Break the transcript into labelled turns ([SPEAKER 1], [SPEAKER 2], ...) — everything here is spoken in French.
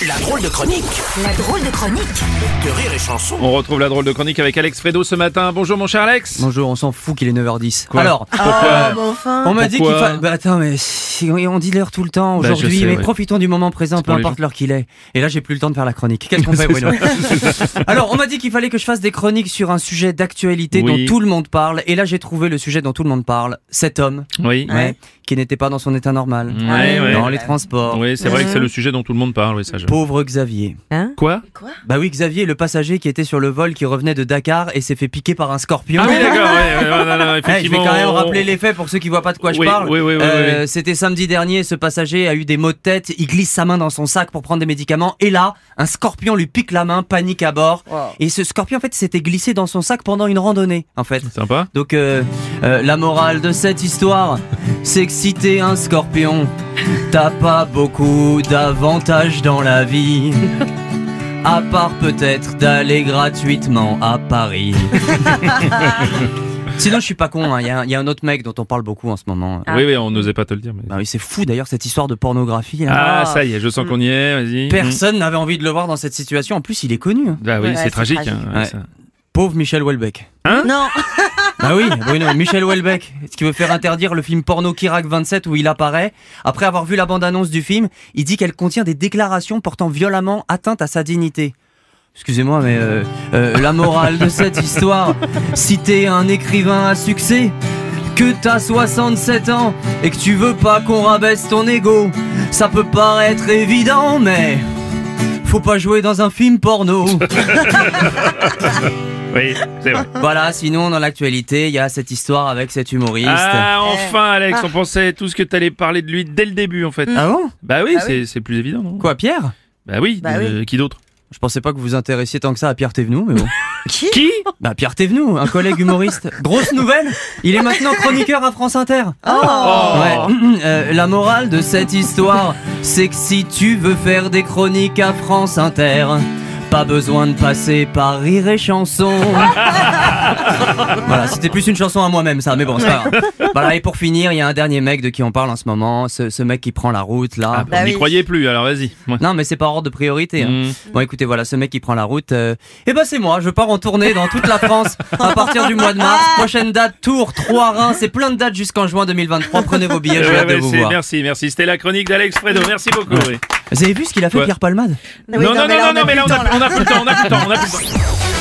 [SPEAKER 1] La drôle de chronique
[SPEAKER 2] La drôle de chronique
[SPEAKER 1] de Rire et Chanson.
[SPEAKER 3] On retrouve la drôle de chronique avec Alex Fredo ce matin. Bonjour mon cher Alex.
[SPEAKER 4] Bonjour, on s'en fout qu'il est 9h10.
[SPEAKER 3] Quoi
[SPEAKER 4] Alors, on m'a dit qu'il fallait... Bah attends, mais on dit l'heure tout le temps
[SPEAKER 3] Bah, je
[SPEAKER 4] aujourd'hui,
[SPEAKER 3] sais,
[SPEAKER 4] mais
[SPEAKER 3] ouais.
[SPEAKER 4] profitons du moment présent, peu
[SPEAKER 3] pour les
[SPEAKER 4] importe
[SPEAKER 3] gens.
[SPEAKER 4] l'heure qu'il est. Et là, j'ai plus le temps de faire la chronique. Qu'est-ce qu'on fait, Bruno? Alors, on m'a dit qu'il fallait que je fasse des chroniques sur un sujet d'actualité
[SPEAKER 3] Oui.
[SPEAKER 4] dont tout le monde parle. Et là, j'ai trouvé le sujet dont tout le monde parle. Cet homme,
[SPEAKER 3] Oui.
[SPEAKER 4] qui n'était pas dans son état normal.
[SPEAKER 3] Ouais.
[SPEAKER 4] Dans les transports.
[SPEAKER 3] Oui, c'est vrai que c'est le sujet dont tout le monde parle. Oui, ça.
[SPEAKER 4] Pauvre Xavier.
[SPEAKER 3] Quoi?
[SPEAKER 4] Bah oui, Xavier, le passager qui était sur le vol qui revenait de Dakar et s'est fait piquer par un scorpion.
[SPEAKER 3] Ah oui, d'accord. Non,
[SPEAKER 4] Je
[SPEAKER 3] effectivement.
[SPEAKER 4] vais quand même rappeler les faits pour ceux qui voient pas de quoi je
[SPEAKER 3] Oui,
[SPEAKER 4] parle.
[SPEAKER 3] oui.
[SPEAKER 4] C'était samedi dernier, ce passager a eu des maux de tête, il glisse sa main dans son sac pour prendre des médicaments et là, un scorpion lui pique la main, panique à bord. Et ce scorpion en fait s'était glissé dans son sac pendant une randonnée en fait.
[SPEAKER 3] Sympa.
[SPEAKER 4] Donc la morale de cette histoire, c'est que si t'es un scorpion, t'as pas beaucoup d'avantages dans la vie. À part peut-être d'aller gratuitement à Paris. Sinon je suis pas con, il y a un autre mec dont on parle beaucoup en ce moment.
[SPEAKER 3] Oui, on n'osait pas te le dire. Mais...
[SPEAKER 4] Bah oui, c'est fou d'ailleurs cette histoire de pornographie. Là.
[SPEAKER 3] Ah, ça y est, je sens qu'on y est. Vas-y.
[SPEAKER 4] Personne n'avait envie de le voir dans cette situation. En plus, il est connu.
[SPEAKER 3] Bah oui,
[SPEAKER 2] Ouais,
[SPEAKER 3] c'est
[SPEAKER 2] c'est
[SPEAKER 3] tragique.
[SPEAKER 2] tragique.
[SPEAKER 4] Ouais.
[SPEAKER 3] Ça.
[SPEAKER 4] Pauvre Michel Houellebecq.
[SPEAKER 2] Non.
[SPEAKER 4] Ah oui, Bruno, Michel Houellebecq, ce qui veut faire interdire le film porno Kirak 27 où il apparaît. Après avoir vu la bande-annonce du film, il dit qu'elle contient des déclarations portant violemment atteinte à sa dignité. Excusez-moi, mais la morale de cette histoire, si t'es un écrivain à succès, que t'as 67 ans et que tu veux pas qu'on rabaisse ton ego, ça peut paraître évident, mais faut pas jouer dans un film porno.
[SPEAKER 3] Oui, c'est vrai.
[SPEAKER 4] Voilà, sinon dans l'actualité, il y a cette histoire avec cet humoriste.
[SPEAKER 3] Ah, enfin, Alex, on pensait tout ce que t'allais parler de lui dès le début, en fait.
[SPEAKER 4] Ah bon?
[SPEAKER 3] Bah oui,
[SPEAKER 2] Ah oui.
[SPEAKER 3] c'est plus évident, non?
[SPEAKER 4] Quoi, Pierre?
[SPEAKER 3] Bah oui,
[SPEAKER 2] Bah oui.
[SPEAKER 3] qui d'autre?
[SPEAKER 4] Je pensais pas que vous vous intéressiez tant que ça à Pierre Thévenoud, mais bon.
[SPEAKER 3] Qui?
[SPEAKER 4] Bah Pierre Thévenoud, un collègue humoriste. Grosse nouvelle, il est maintenant chroniqueur à France Inter. Ouais. La morale de cette histoire, c'est que si tu veux faire des chroniques à France Inter, pas besoin de passer par Rire et Chanson. Voilà, c'était plus une chanson à moi-même ça, mais bon, c'est pas grave. Voilà, et pour finir, il y a un dernier mec de qui on parle en ce moment, ce mec qui prend la route là.
[SPEAKER 3] Ah,
[SPEAKER 2] Bah
[SPEAKER 3] on n'y
[SPEAKER 2] oui.
[SPEAKER 3] croyait plus, alors vas-y. Ouais.
[SPEAKER 4] Non, mais c'est pas ordre de priorité. Hein. Bon, écoutez, voilà, ce mec qui prend la route. Et ben c'est moi. Je pars en tournée dans toute la France à partir du mois de mars. Prochaine date, Tours, Troyes, c'est plein de dates jusqu'en juin 2023. Prenez vos billets, j'ai hâte de vous voir.
[SPEAKER 3] Merci. C'était la chronique d'Alex Fredo. Merci beaucoup. Oui.
[SPEAKER 4] Vous avez vu ce qu'il a fait,
[SPEAKER 3] Ouais.
[SPEAKER 4] Pierre Palmade?
[SPEAKER 2] Oui,
[SPEAKER 3] non,
[SPEAKER 2] mais là,
[SPEAKER 3] mais là, on a plus le temps.